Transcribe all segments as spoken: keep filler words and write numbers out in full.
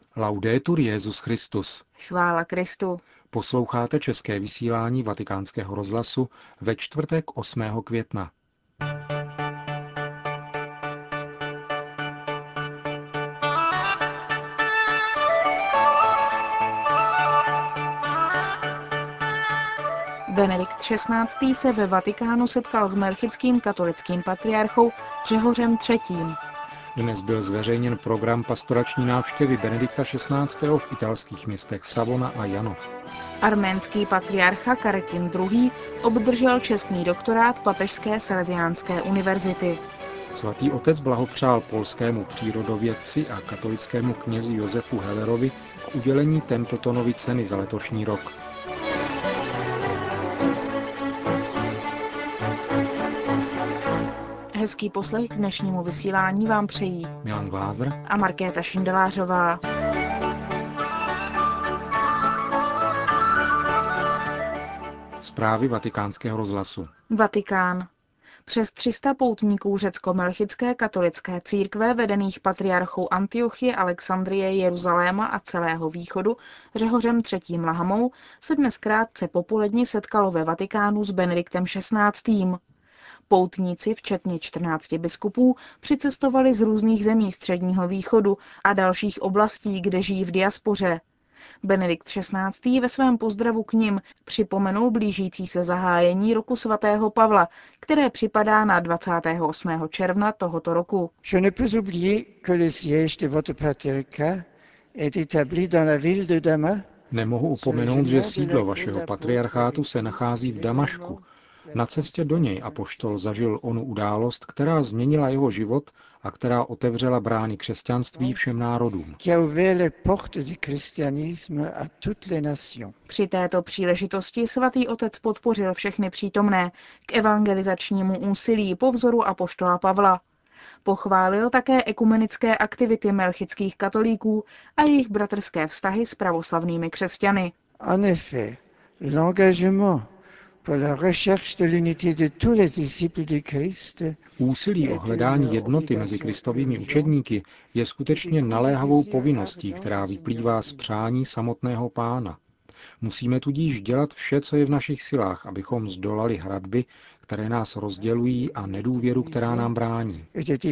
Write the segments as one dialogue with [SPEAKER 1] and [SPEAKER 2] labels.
[SPEAKER 1] Laudetur Jesus Christus.
[SPEAKER 2] Chvála Kristu.
[SPEAKER 1] Posloucháte české vysílání Vatikánského rozhlasu ve čtvrtek osmého května.
[SPEAKER 2] Benedikt šestnáctý. se ve Vatikánu setkal s melchickým katolickým patriarchou Řehořem třetím.
[SPEAKER 1] Dnes byl zveřejněn program pastorační návštěvy Benedikta šestnáctého. v italských městech Savona a Janov.
[SPEAKER 2] Arménský patriarcha Karekin druhý. obdržel čestný doktorát Papežské salesiánské univerzity.
[SPEAKER 1] Svatý otec blahopřál polskému přírodovědci a katolickému knězi Josefu Hellerovi k udělení Templetonovy ceny za letošní rok.
[SPEAKER 2] Hezký poslech k dnešnímu vysílání vám přejí
[SPEAKER 1] Milan Glázer
[SPEAKER 2] a Markéta Šindelářová.
[SPEAKER 1] Zprávy Vatikánského rozhlasu.
[SPEAKER 2] Vatikán. Přes tři sta poutníků řecko-melchické katolické církve vedených patriarchou Antiochie, Alexandrie, Jeruzaléma a celého východu Řehořem třetím. Lahamou se dnes krátce popoledni setkalo ve Vatikánu s Benediktem šestnáctým. Poutníci, včetně čtrnácti biskupů, přicestovali z různých zemí Středního východu a dalších oblastí, kde žijí v diaspoře. Benedikt šestnáctý. ve svém pozdravu k nim připomenul blížící se zahájení roku svatého Pavla, které připadá na dvacátého osmého června tohoto roku.
[SPEAKER 3] Je ne peux oublier que le siège de votre patriarcat est établi dans la ville de Damas.
[SPEAKER 1] Nemohu upomenout, že sídlo vašeho patriarchátu se nachází v Damašku. Na cestě do něj apoštol zažil onu událost, která změnila jeho život a která otevřela brány křesťanství všem národům.
[SPEAKER 2] Při této příležitosti svatý otec podpořil všechny přítomné k evangelizačnímu úsilí po vzoru apoštola Pavla. Pochválil také ekumenické aktivity melchických katolíků a jejich bratrské vztahy s pravoslavnými křesťany.
[SPEAKER 3] En effet, l'engagement pour la recherche de l'unité de tous les disciples du Christ.
[SPEAKER 1] Úsilí o hledání jednoty mezi kristovými učedníky je skutečně naléhavou povinností, která vyplývá z přání samotného Pána. Musíme tudíž dělat vše, co je v našich silách, abychom zdolali hradby, které nás rozdělují, a nedůvěru, která nám brání.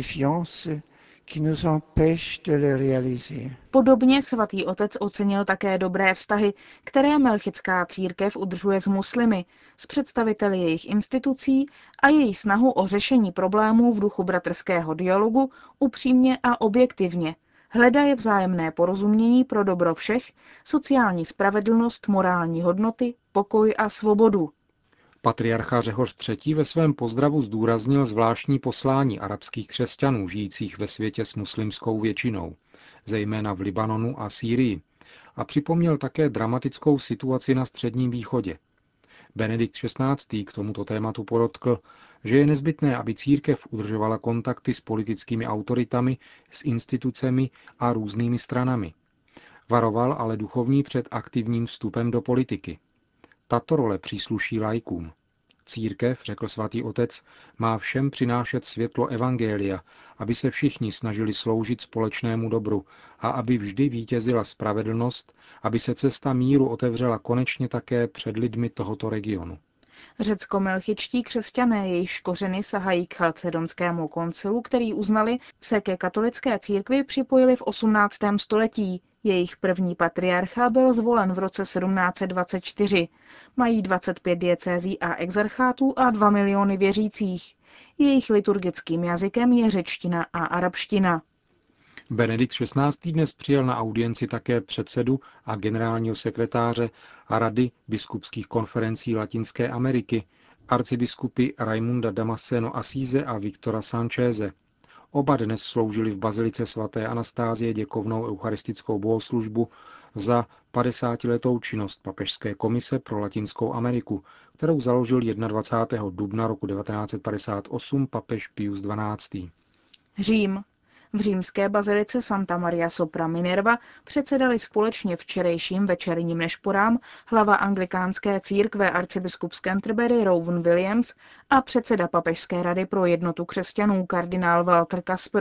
[SPEAKER 2] Podobně svatý otec ocenil také dobré vztahy, které melchická církev udržuje s muslimy, s představiteli jejich institucí a její snahu o řešení problémů v duchu bratrského dialogu upřímně a objektivně. Hledaje vzájemné porozumění pro dobro všech, sociální spravedlnost, morální hodnoty, pokoj a svobodu.
[SPEAKER 1] Patriarcha Řehoř třetí. ve svém pozdravu zdůraznil zvláštní poslání arabských křesťanů žijících ve světě s muslimskou většinou, zejména v Libanonu a Sýrii, a připomněl také dramatickou situaci na Středním východě. Benedikt šestnáctý. k tomuto tématu podotkl, že je nezbytné, aby církev udržovala kontakty s politickými autoritami, s institucemi a různými stranami. Varoval ale duchovní před aktivním vstupem do politiky. Tato role přísluší laikům. Církev, řekl svatý otec, má všem přinášet světlo evangelia, aby se všichni snažili sloužit společnému dobru a aby vždy vítězila spravedlnost, aby se cesta míru otevřela konečně také před lidmi tohoto regionu.
[SPEAKER 2] Řecko-melchičtí křesťané, jejichž kořeny sahají k Chalcedonskému koncilu, který uznali, se ke katolické církvi připojili v osmnáctém století. Jejich první patriarcha byl zvolen v roce sedmnáct set dvacet čtyři. Mají dvacet pět diecézí a exarchátů a dva miliony věřících. Jejich liturgickým jazykem je řečtina a arabština.
[SPEAKER 1] Benedikt šestnáctý. dnes přijal na audienci také předsedu a generálního sekretáře Rady biskupských konferencí Latinské Ameriky, arcibiskupy Raimunda Damasceno Assise a Viktora Sancheze. Oba dnes sloužili v bazilice svaté Anastázie děkovnou eucharistickou bohoslužbu za padesátiletou činnost Papežské komise pro Latinskou Ameriku, kterou založil dvacátého prvního dubna roku devatenáct set padesát osm papež Pius dvanáctý.
[SPEAKER 2] Řím. V římské bazilice Santa Maria sopra Minerva předsedali společně včerejším večerním nešporám hlava anglikánské církve arcibiskup z Canterbury Rowan Williams a předseda Papežské rady pro jednotu křesťanů kardinál Walter Kasper.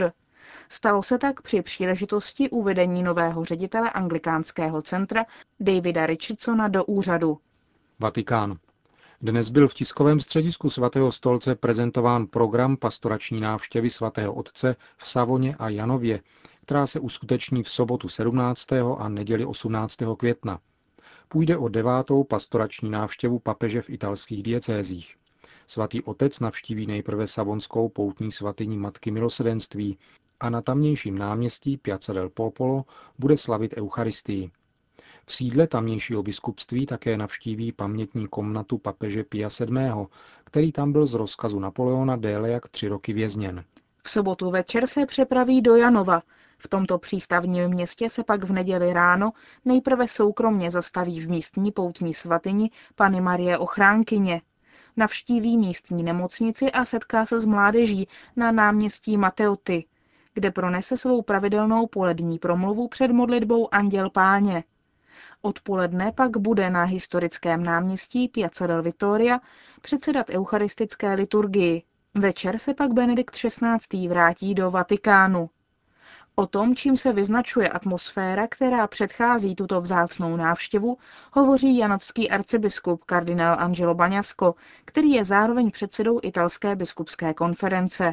[SPEAKER 2] Stalo se tak při příležitosti uvedení nového ředitele anglikánského centra Davida Richardsona do úřadu.
[SPEAKER 1] Vatikán. Dnes byl v tiskovém středisku svatého stolce prezentován program pastorační návštěvy svatého otce v Savoně a Janově, která se uskuteční v sobotu sedmnáctého a neděli osmnáctého května. Půjde o devátou pastorační návštěvu papeže v italských diecézích. Svatý otec navštíví nejprve savonskou poutní svatyni Matky milosrdenství a na tamnějším náměstí Piazza del Popolo bude slavit Eucharistii. V sídle tamnějšího biskupství také navštíví pamětní komnatu papeže Pia sedmého., který tam byl z rozkazu Napoleona déle jak tři roky vězněn.
[SPEAKER 2] V sobotu večer se přepraví do Janova. V tomto přístavním městě se pak v neděli ráno nejprve soukromně zastaví v místní poutní svatyni Panny Marie Ochránkyně. Navštíví místní nemocnici a setká se s mládeží na náměstí Matteotti, kde pronese svou pravidelnou polední promluvu před modlitbou Anděl Páně. Odpoledne pak bude na historickém náměstí Piazza del Vittoria předsedat eucharistické liturgii. Večer se pak Benedikt šestnáctý. Vrátí do Vatikánu. O tom, čím se vyznačuje atmosféra, která předchází tuto vzácnou návštěvu, hovoří janovský arcibiskup kardinál Angelo Bagnasco, který je zároveň předsedou italské biskupské konference.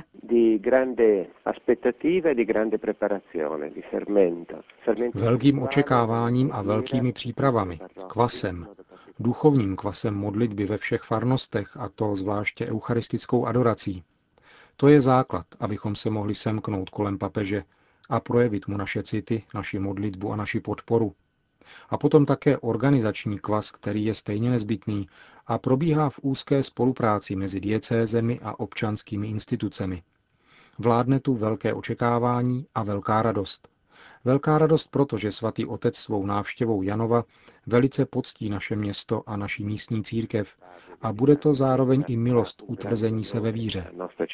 [SPEAKER 1] Velkým očekáváním a velkými přípravami, kvasem, duchovním kvasem modlitby ve všech farnostech, a to zvláště eucharistickou adorací. To je základ, abychom se mohli semknout kolem papeže a projevit mu naše city, naši modlitbu a naši podporu. A potom také organizační kvas, který je stejně nezbytný a probíhá v úzké spolupráci mezi diecézemi a občanskými institucemi. Vládne tu velké očekávání a velká radost. Velká radost proto, že svatý otec svou návštěvou Janova velice poctí naše město a naši místní církev a bude to zároveň i milost utvrzení se ve víře.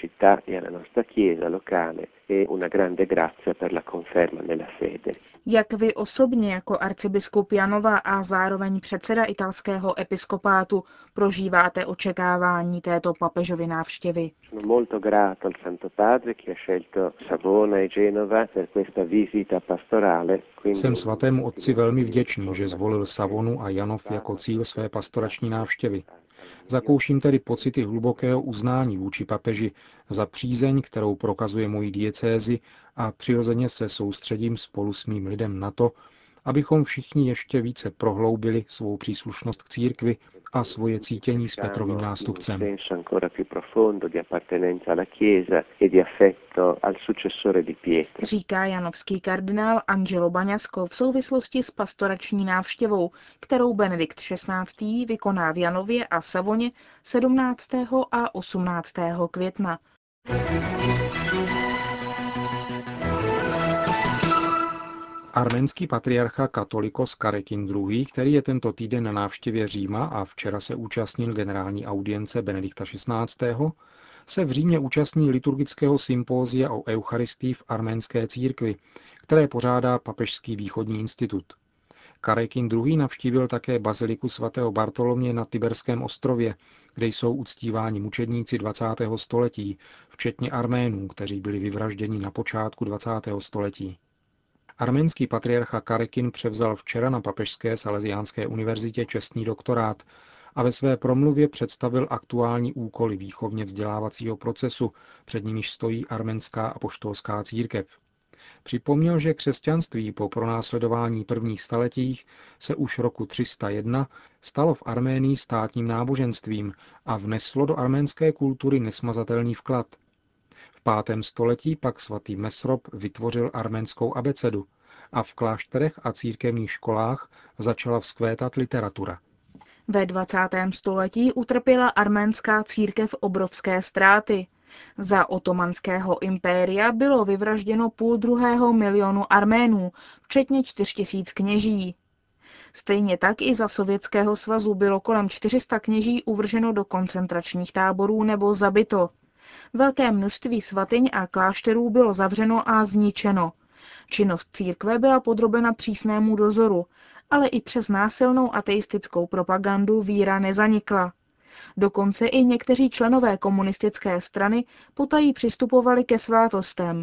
[SPEAKER 2] Jak vy osobně jako arcibiskup Janova a zároveň předseda italského episkopátu prožíváte očekávání této papežovy návštěvy?
[SPEAKER 1] Jsem svatému otci velmi vděčný, že zvolil Savonu a Janov jako cíl své pastorační návštěvy. Zakouším tedy pocity hlubokého uznání vůči papeži za přízeň, kterou prokazuje mojí diecézi, a přirozeně se soustředím spolu s mým lidem na to, abychom všichni ještě více prohloubili svou příslušnost k církvi a svoje cítění s Petrovým nástupcem.
[SPEAKER 2] Říká janovský kardinál Angelo Bagnasco v souvislosti s pastorační návštěvou, kterou Benedikt šestnáctý. Vykoná v Janově a Savoně sedmnáctého a osmnáctého května.
[SPEAKER 1] Arménský patriarcha Katolikos Karekin druhý., který je tento týden na návštěvě Říma a včera se účastnil generální audience Benedikta šestnáctého., se v Římě účastní liturgického sympózia o eucharistii v arménské církvi, které pořádá Papežský východní institut. Karekin druhý. Navštívil také baziliku svatého Bartolomě na Tiberském ostrově, kde jsou uctíváni mučedníci dvacátého století, včetně Arménů, kteří byli vyvražděni na počátku dvacátého století. Arménský patriarcha Karekin převzal včera na Papežské salesiánské univerzitě čestný doktorát a ve své promluvě představil aktuální úkoly výchovně vzdělávacího procesu, před nimiž stojí arménská apoštolská církev. Připomněl, že křesťanství po pronásledování prvních staletích se už roku tři sta jedna stalo v Arménii státním náboženstvím a vneslo do arménské kultury nesmazatelný vklad. V pátém století pak svatý Mesrop vytvořil arménskou abecedu a v klášterech a církevních školách začala vzkvétat literatura.
[SPEAKER 2] Ve dvacátém století utrpěla arménská církev obrovské ztráty. Za otomanského impéria bylo vyvražděno půl druhého milionu Arménů, včetně čtyř tisíc kněží. Stejně tak i za Sovětského svazu bylo kolem čtyři sta kněží uvrženo do koncentračních táborů nebo zabito. Velké množství svatyň a klášterů bylo zavřeno a zničeno. Činnost církve byla podrobena přísnému dozoru, ale i přes násilnou ateistickou propagandu víra nezanikla. Dokonce i někteří členové komunistické strany potají přistupovali ke svátostem.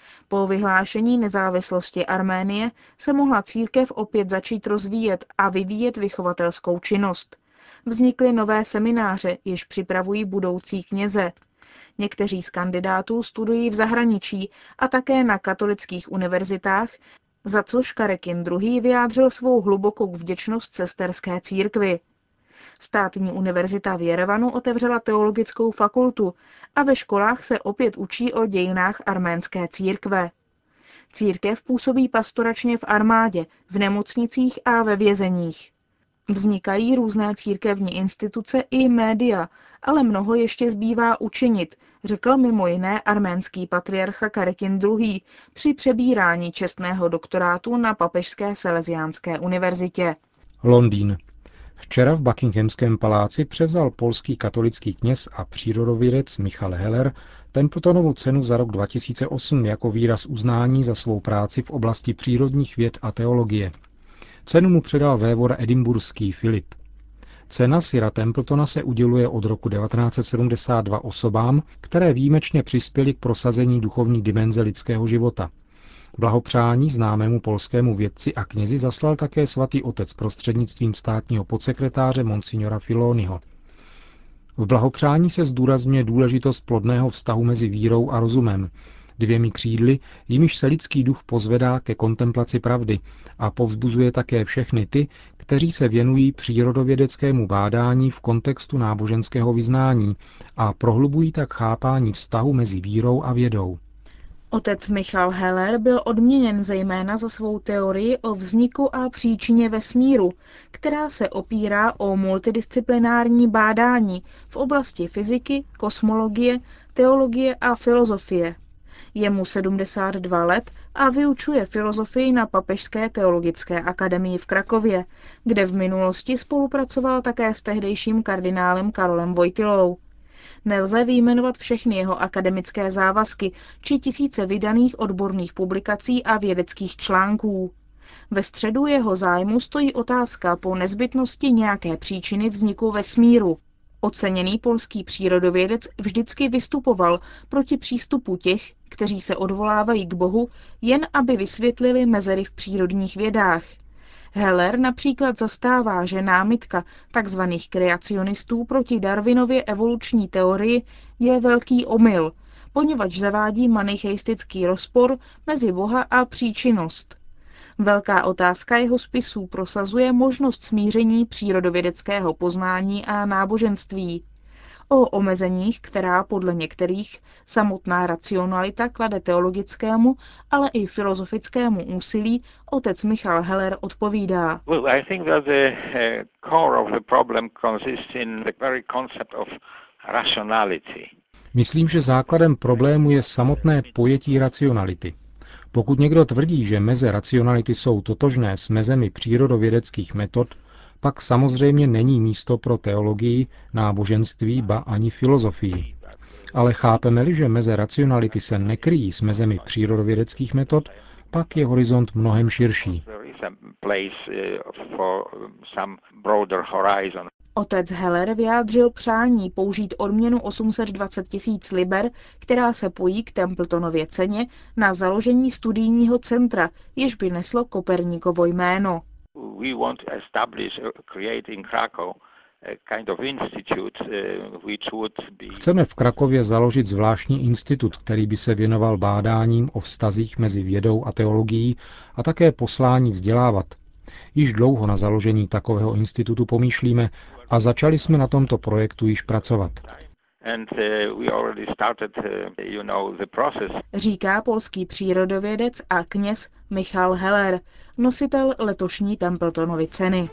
[SPEAKER 2] Po vyhlášení nezávislosti Arménie se mohla církev opět začít rozvíjet a vyvíjet vychovatelskou činnost. Vznikly nové semináře, jež připravují budoucí kněze. Někteří z kandidátů studují v zahraničí a také na katolických univerzitách, za což Karekin druhý. vyjádřil svou hlubokou vděčnost sesterské církvi. Státní univerzita v Jerevanu otevřela teologickou fakultu a ve školách se opět učí o dějinách arménské církve. Církev působí pastoračně v armádě, v nemocnicích a ve vězeních. Vznikají různé církevní instituce i média, ale mnoho ještě zbývá učinit, řekl mimo jiné arménský patriarcha Karekin druhý. při přebírání čestného doktorátu na Papežské Salesiánské univerzitě.
[SPEAKER 1] Londýn. Včera v Buckinghamském paláci převzal polský katolický kněz a přírodovědec Michal Heller Templetonovu cenu za rok dva tisíce osm jako výraz uznání za svou práci v oblasti přírodních věd a teologie. Cenu mu předal vévoda edinburský Filip. Cena Sira Templetona se uděluje od roku devatenáct set sedmdesát dva osobám, které výjimečně přispěly k prosazení duchovní dimenze lidského života. Blahopřání známému polskému vědci a knězi zaslal také svatý otec prostřednictvím státního podsekretáře monsignora Filoniho. V blahopřání se zdůrazňuje důležitost plodného vztahu mezi vírou a rozumem, dvěmi křídly, jimiž se lidský duch pozvedá ke kontemplaci pravdy a povzbuzuje také všechny ty, kteří se věnují přírodovědeckému bádání v kontextu náboženského vyznání a prohlubují tak chápání vztahu mezi vírou a vědou.
[SPEAKER 2] Otec Michal Heller byl odměněn zejména za svou teorii o vzniku a příčině vesmíru, která se opírá o multidisciplinární bádání v oblasti fyziky, kosmologie, teologie a filozofie. Je mu sedmdesát dva let a vyučuje filozofii na Papežské teologické akademii v Krakově, kde v minulosti spolupracoval také s tehdejším kardinálem Karolem Wojtylou. Nelze vyjmenovat všechny jeho akademické závazky či tisíce vydaných odborných publikací a vědeckých článků. Ve středu jeho zájmu stojí otázka po nezbytnosti nějaké příčiny vzniku vesmíru. Oceněný polský přírodovědec vždycky vystupoval proti přístupu těch, kteří se odvolávají k Bohu, jen aby vysvětlili mezery v přírodních vědách. Heller například zastává, že námitka tzv. Kreacionistů proti Darwinově evoluční teorii je velký omyl, poněvadž zavádí manicheistický rozpor mezi Boha a příčinnost. Velká otázka jeho spisů prosazuje možnost smíření přírodovědeckého poznání a náboženství. O omezeních, která podle některých samotná racionalita klade teologickému, ale i filozofickému úsilí, otec Michal Heller odpovídá.
[SPEAKER 1] Myslím, že základem problému je samotné pojetí racionality. Pokud někdo tvrdí, že meze racionality jsou totožné s mezemi přírodovědeckých metod, pak samozřejmě není místo pro teologii, náboženství, ba ani filozofii. Ale chápeme-li, že meze racionality se nekryjí s mezemi přírodovědeckých metod, pak je horizont mnohem širší.
[SPEAKER 2] Otec Heller vyjádřil přání použít odměnu osm set dvacet tisíc liber, která se pojí k Templetonově ceně, na založení studijního centra, jež by neslo Koperníkovo jméno.
[SPEAKER 1] Chceme v Krakově založit zvláštní institut, který by se věnoval bádáním o vztazích mezi vědou a teologií a také poslání vzdělávat. Již dlouho na založení takového institutu pomýšlíme a začali jsme na tomto projektu již pracovat.
[SPEAKER 2] Říká polský přírodovědec a kněz Michal Heller, nositel letošní Templetonovy ceny.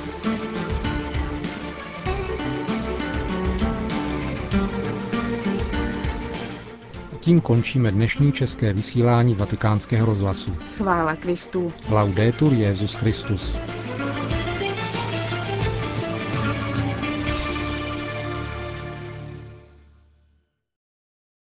[SPEAKER 1] Tím končíme dnešní české vysílání Vatikánského rozhlasu.
[SPEAKER 2] Chvála Kristu.
[SPEAKER 1] Laudetur Jesus Christus.